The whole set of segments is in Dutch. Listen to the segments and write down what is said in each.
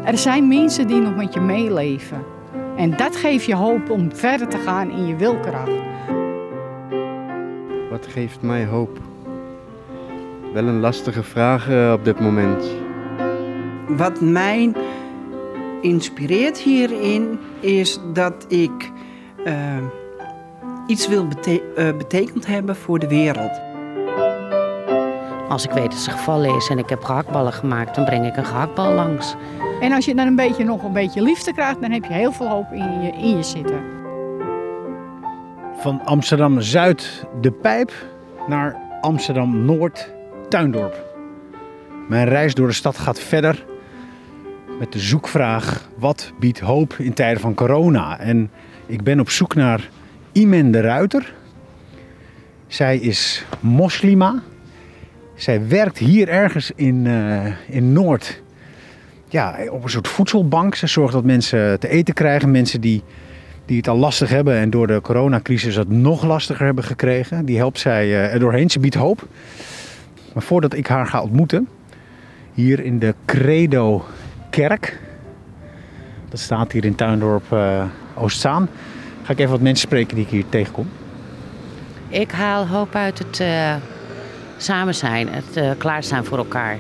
Er zijn mensen die nog met je meeleven. En dat geeft je hoop om verder te gaan in je wilkracht. Wat geeft mij hoop? Wel een lastige vraag op dit moment. Wat mij inspireert hierin is dat ik iets wil betekend hebben voor de wereld. Als ik weet dat ze gevallen is en ik heb gehaktballen gemaakt, dan breng ik een gehaktbal langs. En als je dan nog een beetje liefde krijgt, dan heb je heel veel hoop in je zitten. Van Amsterdam-Zuid de Pijp naar Amsterdam-Noord Tuindorp. Mijn reis door de stad gaat verder met de zoekvraag: wat biedt hoop in tijden van corona? En ik ben op zoek naar Imen de Ruiter. Zij is moslima. Zij werkt hier ergens in Noord, ja, op een soort voedselbank. Ze zorgt dat mensen te eten krijgen. Mensen die het al lastig hebben en door de coronacrisis het nog lastiger hebben gekregen. Die helpt zij er doorheen. Ze biedt hoop. Maar voordat ik haar ga ontmoeten, hier in de Credo Kerk, dat staat hier in Tuindorp Oostzaan, ga ik even wat mensen spreken die ik hier tegenkom. Ik haal hoop uit het samen zijn, het klaarstaan voor elkaar.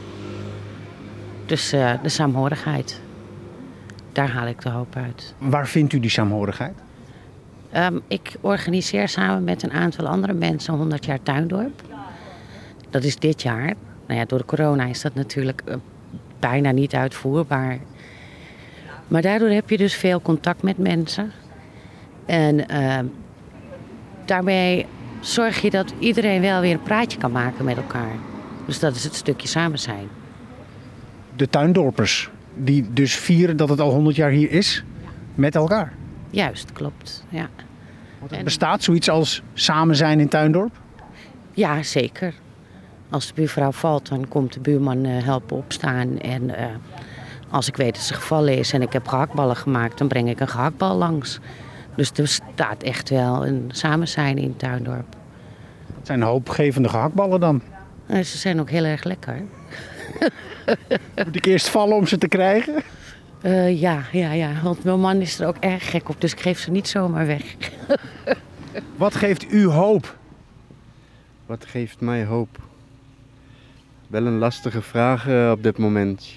Dus de saamhorigheid. Daar haal ik de hoop uit. Waar vindt u die saamhorigheid? Ik organiseer samen met een aantal andere mensen 100 jaar Tuindorp. Dat is dit jaar. Nou ja, door de corona is dat natuurlijk bijna niet uitvoerbaar. Maar daardoor heb je dus veel contact met mensen. En daarmee zorg je dat iedereen wel weer een praatje kan maken met elkaar. Dus dat is het stukje samen zijn. De Tuindorpers, die dus vieren dat het al 100 jaar hier is, met elkaar. Juist, klopt. Ja. Bestaat zoiets als samen zijn in Tuindorp? Ja, zeker. Als de buurvrouw valt, dan komt de buurman helpen opstaan. En als ik weet dat ze gevallen is en ik heb gehaktballen gemaakt, dan breng ik een gehaktbal langs. Dus er staat echt wel een samen zijn in Tuindorp. Het zijn hoopgevende gehaktballen dan. Ze zijn ook heel erg lekker. Moet ik eerst vallen om ze te krijgen? Ja. Want mijn man is er ook erg gek op, dus ik geef ze niet zomaar weg. Wat geeft u hoop? Wat geeft mij hoop? Wel een lastige vraag op dit moment.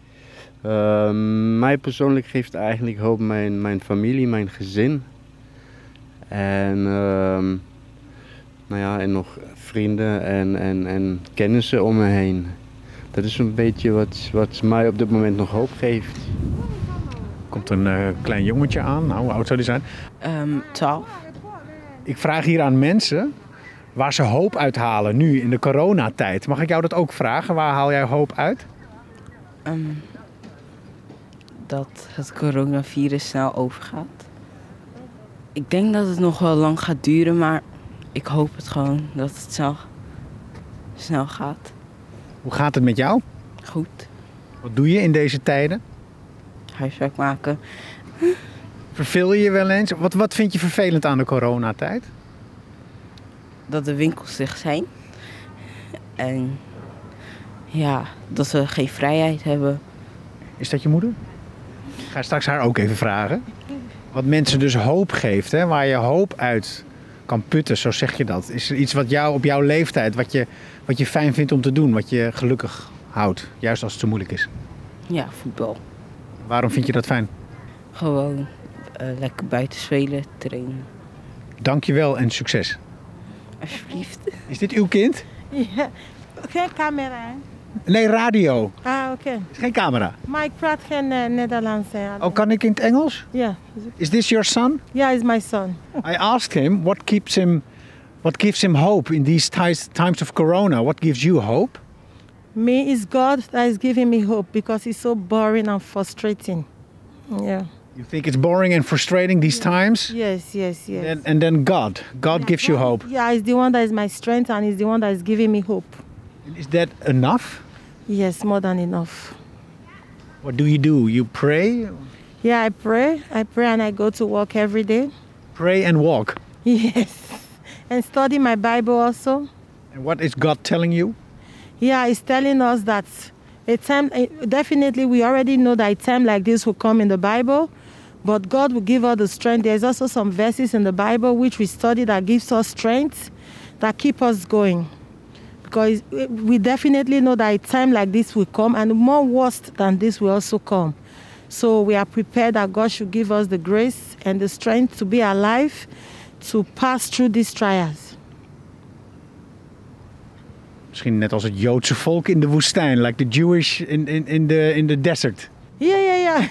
Mij persoonlijk geeft eigenlijk hoop mijn familie, mijn gezin. En, en nog vrienden en kennissen om me heen. Dat is een beetje wat mij op dit moment nog hoop geeft. Er komt een klein jongetje aan. Nou, hoe oud zou die zijn? 12. Ik vraag hier aan mensen waar ze hoop uithalen nu in de coronatijd. Mag ik jou dat ook vragen? Waar haal jij hoop uit? Dat het coronavirus snel overgaat. Ik denk dat het nog wel lang gaat duren, maar ik hoop het gewoon dat het snel gaat. Hoe gaat het met jou? Goed. Wat doe je in deze tijden? Huiswerk maken. Verveel je je wel eens? Wat vind je vervelend aan de coronatijd? Dat de winkels dicht zijn. En ja, dat we geen vrijheid hebben. Is dat je moeder? Ik ga straks haar ook even vragen. Wat mensen dus hoop geeft, hè? Waar je hoop uit kan putten, zo zeg je dat. Is er iets wat jou op jouw leeftijd, wat je fijn vindt om te doen, wat je gelukkig houdt, juist als het zo moeilijk is? Ja, voetbal. Waarom vind je dat fijn? Gewoon lekker buiten spelen, trainen. Dankjewel en succes. Alsjeblieft. Is dit uw kind? Ja, geen camera, hè? Nee, radio. Ah, oké. Is geen camera. Maar ik praat geen Nederlands. Hè. Oh, kan ik in het Engels? Ja. Is this your son? Ja, is my son. I asked him what gives him hope in these times of corona. What gives you hope? Me is God that is giving me hope because it's so boring and frustrating. Yeah. You think it's boring and frustrating these times? Yes. And then God gives you hope. Yeah, he's the one that is my strength and he's the one that is giving me hope. Is that enough? Yes, more than enough. What do? You pray? Yeah, I pray and I go to work every day. Pray and walk? Yes. And study my Bible also. And what is God telling you? Yeah, he's telling us that Definitely, we already know that a time like this will come in the Bible, but God will give us the strength. There's also some verses in the Bible which we study that gives us strength, that keep us going. Because we definitely know that a time like this will come, and more worse than this will also come. So we are prepared that God should give us the grace and the strength to be alive, to pass through these trials. Misschien net als het Joodse volk in de woestijn, like the Jewish in the desert. Ja.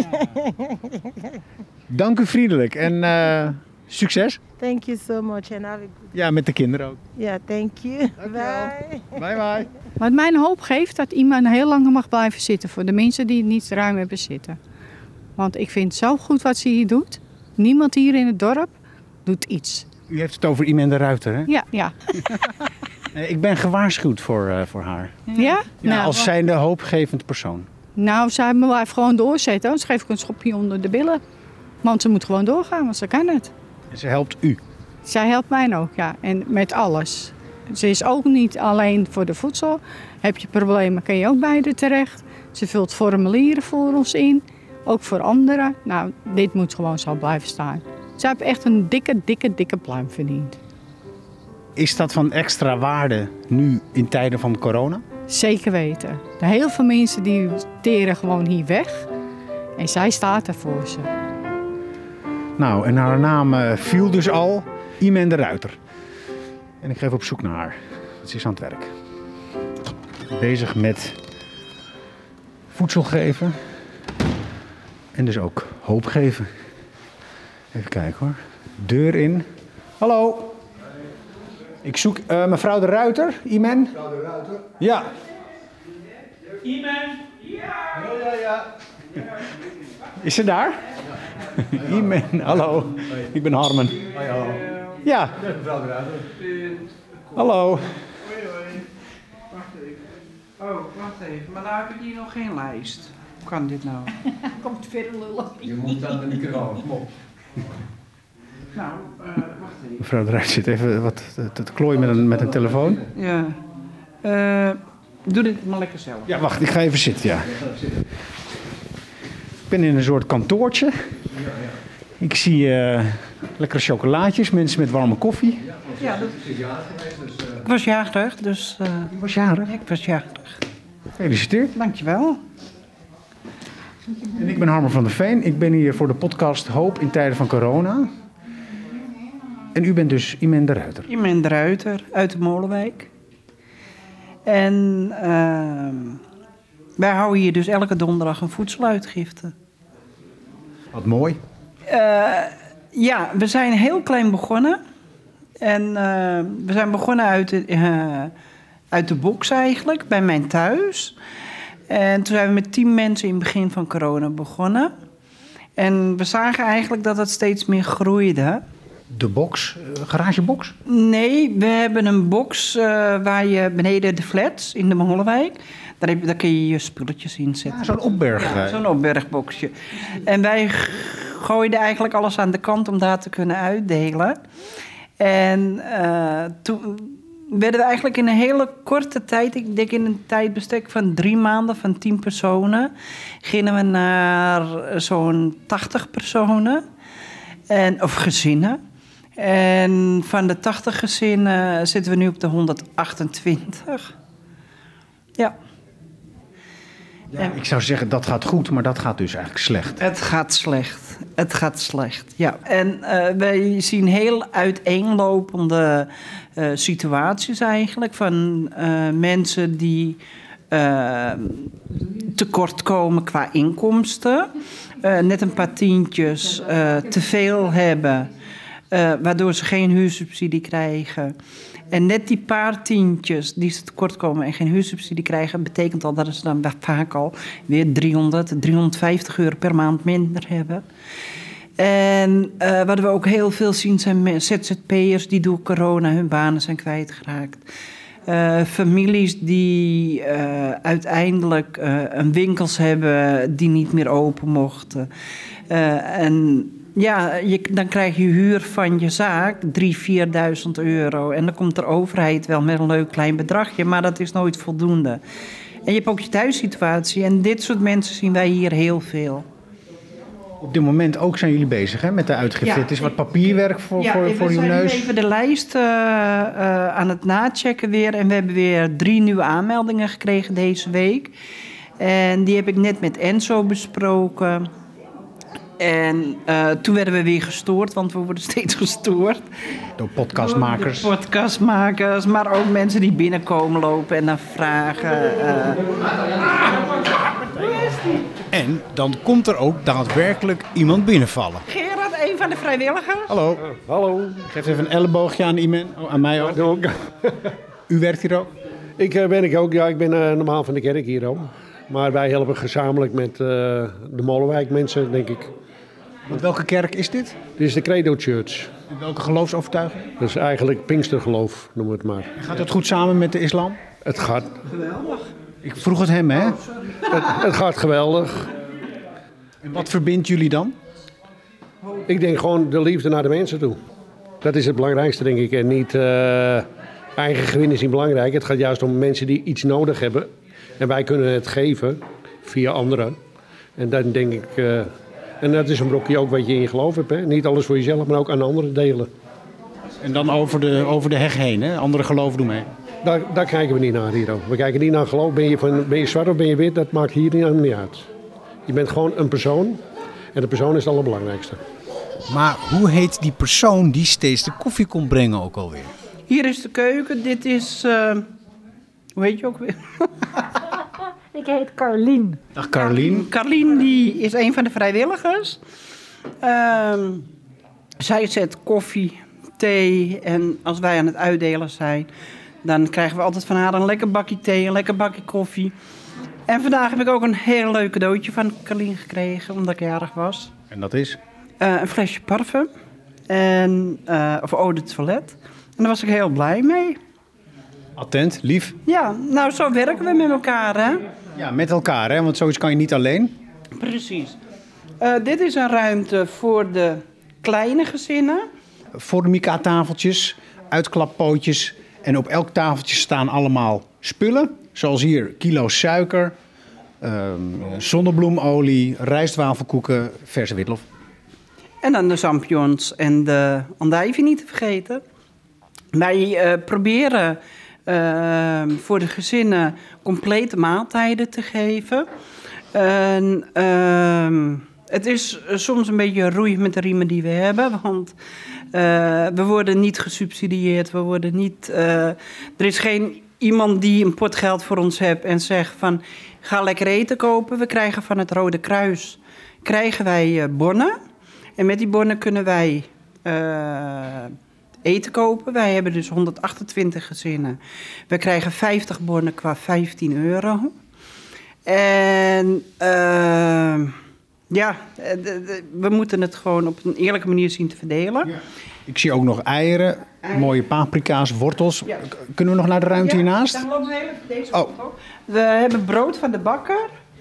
Dank u vriendelijk en succes. Thank you so much and have a good... Ja, met de kinderen ook. Ja, thank you. Bye. Bye. Wat mij hoop geeft dat iemand heel lang mag blijven zitten voor de mensen die het niet ruim hebben zitten. Want ik vind het zo goed wat ze hier doet. Niemand hier in het dorp doet iets. U heeft het over Iman de Ruiter, hè? Ja. Ik ben gewaarschuwd voor haar. Ja? Ja, als zijnde hoopgevend persoon. Nou, zij blijft gewoon doorzetten. Anders geef ik een schopje onder de billen. Want ze moet gewoon doorgaan, want ze kan het. En ze helpt u? Zij helpt mij ook, ja. En met alles. Ze is ook niet alleen voor de voedsel. Heb je problemen, kan je ook bij haar terecht. Ze vult formulieren voor ons in. Ook voor anderen. Nou, dit moet gewoon zo blijven staan. Ze heeft echt een dikke pluim verdiend. Is dat van extra waarde nu in tijden van corona? Zeker weten. Heel veel mensen die teren gewoon hier weg. En zij staat er voor ze. Nou, en haar naam viel dus al. Iman de Ruiter. En ik ga even op zoek naar haar. Ze is aan het werk. Bezig met voedsel geven. En dus ook hoop geven. Even kijken hoor. Deur in. Hallo. Ik zoek mevrouw de Ruiter. Iman? Mevrouw de Ruiter? Ja. Iman? Ja. Is ze daar? Ja. Iman, hallo. Hoi. Ik ben Harmen. Hoi, hallo. Ja. Mevrouw de Ruiter. Hallo. Hoi. Wacht even. Oh, wacht even. Maar nou heb ik hier nog geen lijst. Hoe kan dit nou? Komt verder lullen. Je moet aan de microfoon. Kom op. Nou, wacht even. Mevrouw de Ruiter zit even wat te klooien met een telefoon. Ja. Doe dit maar lekker zelf. Ja, wacht. Ik ga even zitten, ja. Ik ben in een soort kantoortje. Ik zie lekkere chocolaatjes, mensen met warme koffie. Ja, dat is jarig geweest. Ik was jarig, dus... U was jarig? Ik was jarig. Gefeliciteerd. Dankjewel. En ik ben Harmen van der Veen. Ik ben hier voor de podcast Hoop in tijden van corona. En u bent dus Iman de Ruiter. Iman de Ruiter uit de Molenwijk. En wij houden hier dus elke donderdag een voedseluitgifte. Wat mooi. Ja, we zijn heel klein begonnen. En we zijn begonnen uit de box eigenlijk, bij mijn thuis. En toen zijn we met 10 mensen in het begin van corona begonnen. En we zagen eigenlijk dat het steeds meer groeide. De box? Garagebox? Nee, we hebben een box waar je beneden de flats in de Molenwijk... Daar kun je je spulletjes in zetten. Ja, zo'n opberg. Ja, zo'n opbergboxje. En wij gooiden eigenlijk alles aan de kant om daar te kunnen uitdelen. En toen werden we eigenlijk in een hele korte tijd... ik denk in een tijdbestek van 3 maanden, van 10 personen... gingen we naar zo'n 80 personen. Of gezinnen. En van de 80 gezinnen zitten we nu op de 128. Ja. Ja, ik zou zeggen dat gaat goed, maar dat gaat dus eigenlijk slecht. Het gaat slecht, ja. En wij zien heel uiteenlopende situaties eigenlijk... van mensen die tekort komen qua inkomsten. Net een paar tientjes te veel hebben... waardoor ze geen huursubsidie krijgen... En net die paar tientjes die ze tekort komen en geen huursubsidie krijgen... betekent al dat ze dan vaak al weer 350 euro per maand minder hebben. En wat we ook heel veel zien zijn ZZP'ers die door corona hun banen zijn kwijtgeraakt. Families die uiteindelijk een winkels hebben die niet meer open mochten. Ja, dan krijg je huur van je zaak, 3.000-4.000 euro. En dan komt de overheid wel met een leuk klein bedragje, maar dat is nooit voldoende. En je hebt ook je thuissituatie. En dit soort mensen zien wij hier heel veel. Op dit moment ook zijn jullie bezig hè, met de uitgifte. Ja, Het is wat papierwerk voor uw we zijn neus. nu even de lijst aan het nachecken weer. En we hebben weer 3 nieuwe aanmeldingen gekregen deze week. En die heb ik net met Enzo besproken. En toen werden we weer gestoord, want we worden steeds gestoord. Door podcastmakers. Door podcastmakers, maar ook mensen die binnenkomen lopen en dan vragen. En dan komt er ook daadwerkelijk iemand binnenvallen. Gerard, een van de vrijwilligers. Hallo. Hallo. Geef even een elleboogje aan iemand. Oh, aan mij ook. U werkt hier ook? Ik werk ook, ja, ik ben normaal van de kerk hier ook. Maar wij helpen gezamenlijk met de Molenwijk mensen, denk ik. Want welke kerk is dit? Dit is de Credo Church. En welke geloofsovertuiging? Dat is eigenlijk Pinkstergeloof, noem het maar. En gaat het goed samen met de islam? Het gaat, Ik vroeg het hem, hè? het gaat geweldig. En wat verbindt jullie dan? Ik denk gewoon de liefde naar de mensen toe. Dat is het belangrijkste, denk ik. En niet eigen gewin is niet belangrijk. Het gaat juist om mensen die iets nodig hebben. En wij kunnen het geven via anderen. En dan denk ik... en dat is een brokje ook wat je in je geloof hebt. Hè? Niet alles voor jezelf, maar ook aan anderen delen. En dan over de heg heen, hè? Andere geloven doen mee. Daar kijken we niet naar hier ook. We kijken niet naar geloof. Ben je zwart of ben je wit? Dat maakt hier niet uit. Je bent gewoon een persoon. En de persoon is het allerbelangrijkste. Maar hoe heet die persoon die steeds de koffie komt brengen ook alweer? Hier is de keuken. Dit is... hoe heet je ook weer? Ik heet Carlien. Dag Carlien. Carlien die is een van de vrijwilligers. Zij zet koffie, thee en als wij aan het uitdelen zijn... dan krijgen we altijd van haar een lekker bakje thee, een lekker bakje koffie. En vandaag heb ik ook een heel leuk cadeautje van Carlien gekregen, omdat ik jarig was. En dat is? Een flesje parfum of eau de toilet. En daar was ik heel blij mee. Attent, lief. Ja, nou zo werken we met elkaar, hè? Ja, met elkaar, hè? Want zoiets kan je niet alleen. Precies. Dit is een ruimte voor de kleine gezinnen. Formica-tafeltjes, uitklappootjes. En op elk tafeltje staan allemaal spullen. Zoals hier kilo's suiker, zonnebloemolie, rijstwafelkoeken, verse witlof. En dan de champignons en de andijvie niet te vergeten. Wij proberen voor de gezinnen complete maaltijden te geven. Het is soms een beetje roei met de riemen die we hebben. Want we worden niet gesubsidieerd. We worden niet, er is geen iemand die een pot geld voor ons heeft en zegt van... ga lekker eten kopen. We krijgen van het Rode Kruis krijgen wij bonnen. En met die bonnen kunnen wij eten kopen. Wij hebben dus 128 gezinnen. We krijgen 50 bonnen qua €15. En we moeten het gewoon op een eerlijke manier zien te verdelen. Ja. Ik zie ook nog eieren, mooie paprika's, wortels. Ja. Kunnen we nog naar de ruimte hiernaast? Dan lopen we even deze kant op. We hebben brood van de bakker.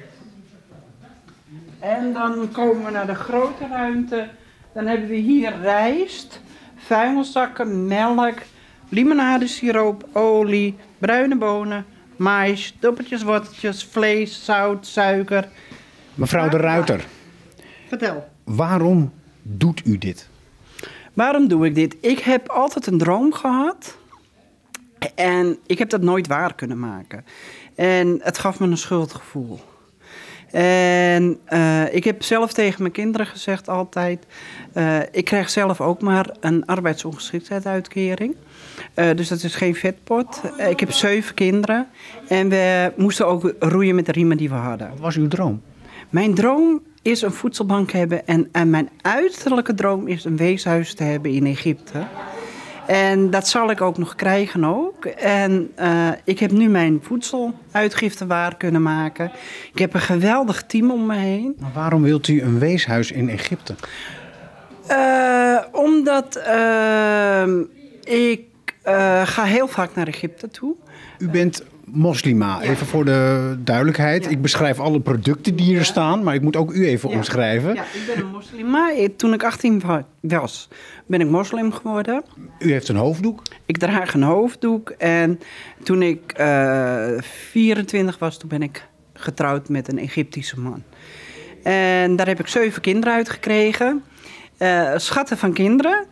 En dan komen we naar de grote ruimte. Dan hebben we hier rijst, vuilniszakken, melk, limonadesiroop, olie, bruine bonen, mais, doppeltjes, worteltjes, vlees, zout, suiker. Mevrouw de Ruiter. Vertel. Waarom doet u dit? Waarom doe ik dit? Ik heb altijd een droom gehad. En ik heb dat nooit waar kunnen maken. En het gaf me een schuldgevoel. En ik heb zelf tegen mijn kinderen gezegd altijd... ik krijg zelf ook maar een arbeidsongeschiktheidsuitkering. Dus dat is geen vetpot. Ik heb 7 kinderen. En we moesten ook roeien met de riemen die we hadden. Wat was uw droom? Mijn droom is een voedselbank hebben. En mijn uiterlijke droom is een weeshuis te hebben in Egypte. En dat zal ik ook nog krijgen ook. En ik heb nu mijn voedseluitgifte waar kunnen maken. Ik heb een geweldig team om me heen. Maar waarom wilt u een weeshuis in Egypte? Omdat ik ga heel vaak naar Egypte toe. U bent moslima, even voor de duidelijkheid. Ik beschrijf alle producten die hier staan, maar ik moet ook u even omschrijven. Ja, ik ben een moslima. Toen ik 18 was, ben ik moslim geworden. U heeft een hoofddoek? Ik draag een hoofddoek. En toen ik 24 was, toen ben ik getrouwd met een Egyptische man. En daar heb ik 7 kinderen uit gekregen. Schatten van kinderen.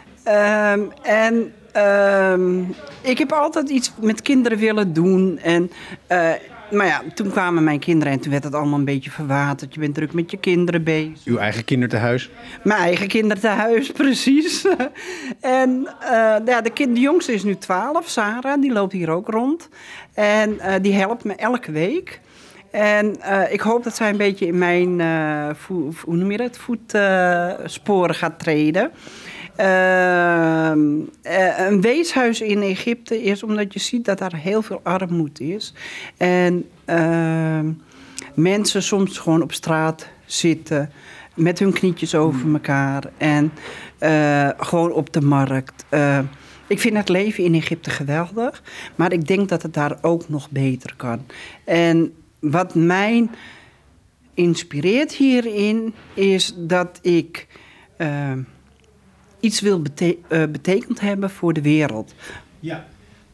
Ik heb altijd iets met kinderen willen doen. Maar ja, toen kwamen mijn kinderen en toen werd het allemaal een beetje verwaterd. Je bent druk met je kinderen bezig. Uw eigen kindertehuis? Mijn eigen kindertehuis, precies. En de jongste is nu 12, Sarah, die loopt hier ook rond. En die helpt me elke week. En ik hoop dat zij een beetje in mijn voetsporen gaat treden. Een weeshuis in Egypte is omdat je ziet dat daar heel veel armoede is. En mensen soms gewoon op straat zitten met hun knietjes over elkaar. En gewoon op de markt. Ik vind het leven in Egypte geweldig. Maar ik denk dat het daar ook nog beter kan. En wat mij inspireert hierin is dat ik iets wil betekend hebben voor de wereld. Ja.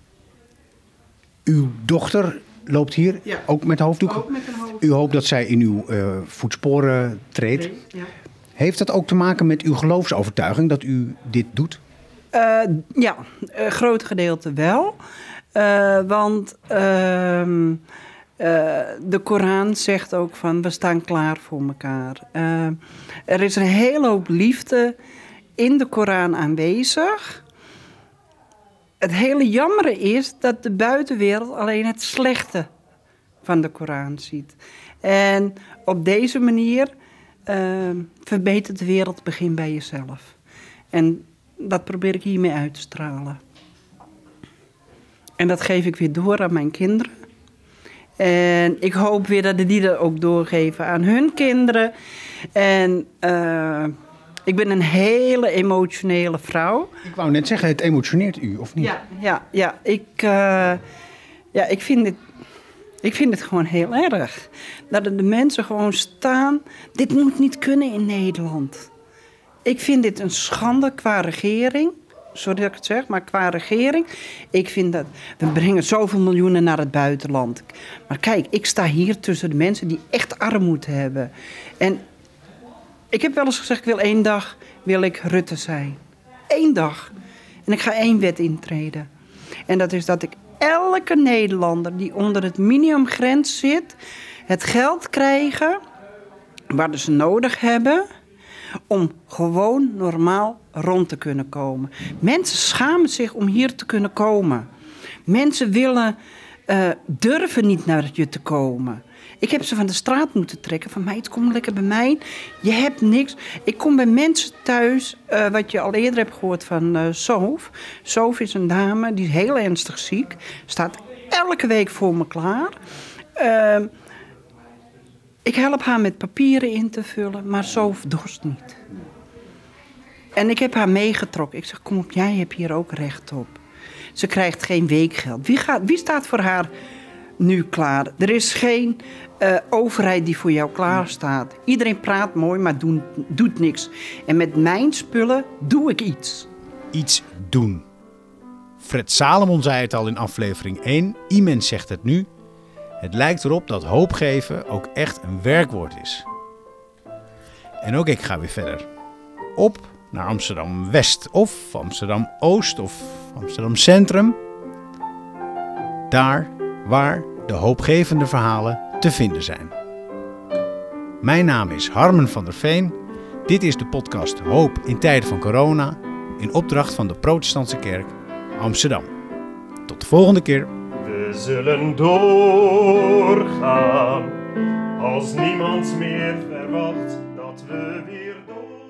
Uw dochter loopt hier, ook met hoofddoek? Ook met een hoofddoek. U hoopt dat zij in uw voetsporen treedt. Ja. Heeft dat ook te maken met uw geloofsovertuiging dat u dit doet? Een groot gedeelte wel. Want de Koran zegt ook van we staan klaar voor elkaar. Er is een hele hoop liefde in de Koran aanwezig. Het hele jammere is dat de buitenwereld alleen het slechte van de Koran ziet. En op deze manier verbetert de wereld, begin bij jezelf. En dat probeer ik hiermee uit te stralen. En dat geef ik weer door aan mijn kinderen. En ik hoop weer dat die dat ook doorgeven aan hun kinderen. En ik ben een hele emotionele vrouw. Ik wou net zeggen, het emotioneert u, of niet? Ja. Ik vind het gewoon heel erg. Dat de mensen gewoon staan. Dit moet niet kunnen in Nederland. Ik vind dit een schande qua regering. Sorry dat ik het zeg, maar qua regering. Ik vind dat we brengen zoveel miljoenen naar het buitenland. Maar kijk, ik sta hier tussen de mensen die echt armoede hebben. En ik heb wel eens gezegd, ik wil 1 dag Rutte zijn. 1 dag. En ik ga 1 wet intreden. En dat is dat ik elke Nederlander die onder het minimumgrens zit, het geld krijgen wat ze nodig hebben om gewoon normaal rond te kunnen komen. Mensen schamen zich om hier te kunnen komen. Mensen durven niet naar je te komen. Ik heb ze van de straat moeten trekken. Van meid, kom lekker bij mij. Je hebt niks. Ik kom bij mensen thuis, wat je al eerder hebt gehoord van Sof. Sof is een dame, die is heel ernstig ziek. Staat elke week voor me klaar. Ik help haar met papieren in te vullen, maar Sof dorst niet. En ik heb haar meegetrokken. Ik zeg, kom op, jij hebt hier ook recht op. Ze krijgt geen weekgeld. Wie staat voor haar nu klaar? Er is geen overheid die voor jou klaar staat. Iedereen praat mooi, maar doet niks. En met mijn spullen doe ik iets. Iets doen. Fred Salomon zei het al in aflevering 1. Iemand zegt het nu. Het lijkt erop dat hoop geven ook echt een werkwoord is. En ook ik ga weer verder. Op naar Amsterdam-West of Amsterdam-Oost of Amsterdam Centrum. Daar waar de hoopgevende verhalen te vinden zijn. Mijn naam is Harmen van der Veen. Dit is de podcast Hoop in tijden van corona in opdracht van de Protestantse Kerk Amsterdam. Tot de volgende keer. We zullen doorgaan als niemand meer verwacht dat we weer door.